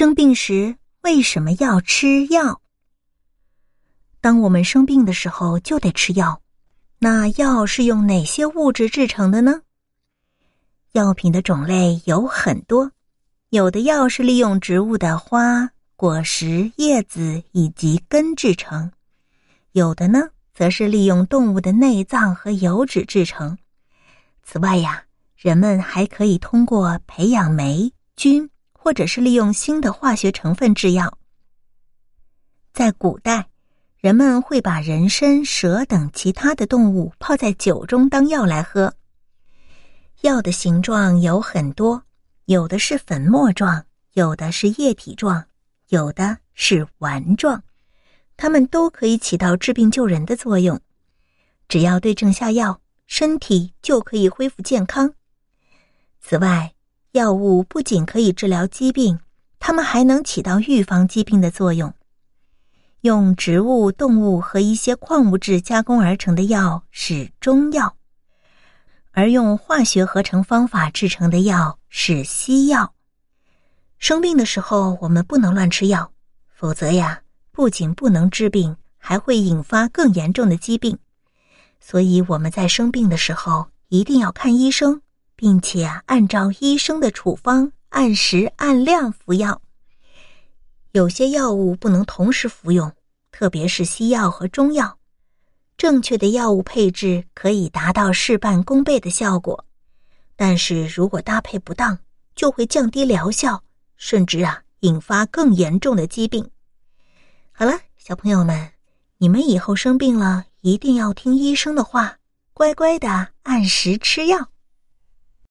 生病时为什么要吃药？当我们生病的时候就得吃药，那药是用哪些物质制成的呢？药品的种类有很多，有的药是利用植物的花、果实、叶子以及根制成，有的呢，则是利用动物的内脏和油脂制成。此外呀，人们还可以通过培养霉菌，或者是利用新的化学成分制药。在古代，人们会把人参、蛇等其他的动物泡在酒中当药来喝。药的形状有很多，有的是粉末状，有的是液体状，有的是丸状，它们都可以起到治病救人的作用。只要对症下药，身体就可以恢复健康。此外，药物不仅可以治疗疾病，它们还能起到预防疾病的作用。用植物、动物和一些矿物质加工而成的药是中药，而用化学合成方法制成的药是西药。生病的时候，我们不能乱吃药，否则呀，不仅不能治病，还会引发更严重的疾病。所以我们在生病的时候一定要看医生，并且按照医生的处方按时按量服药。有些药物不能同时服用，特别是西药和中药。正确的药物配置可以达到事半功倍的效果，但是如果搭配不当，就会降低疗效，甚至引发更严重的疾病。好了，小朋友们，你们以后生病了，一定要听医生的话，乖乖的按时吃药。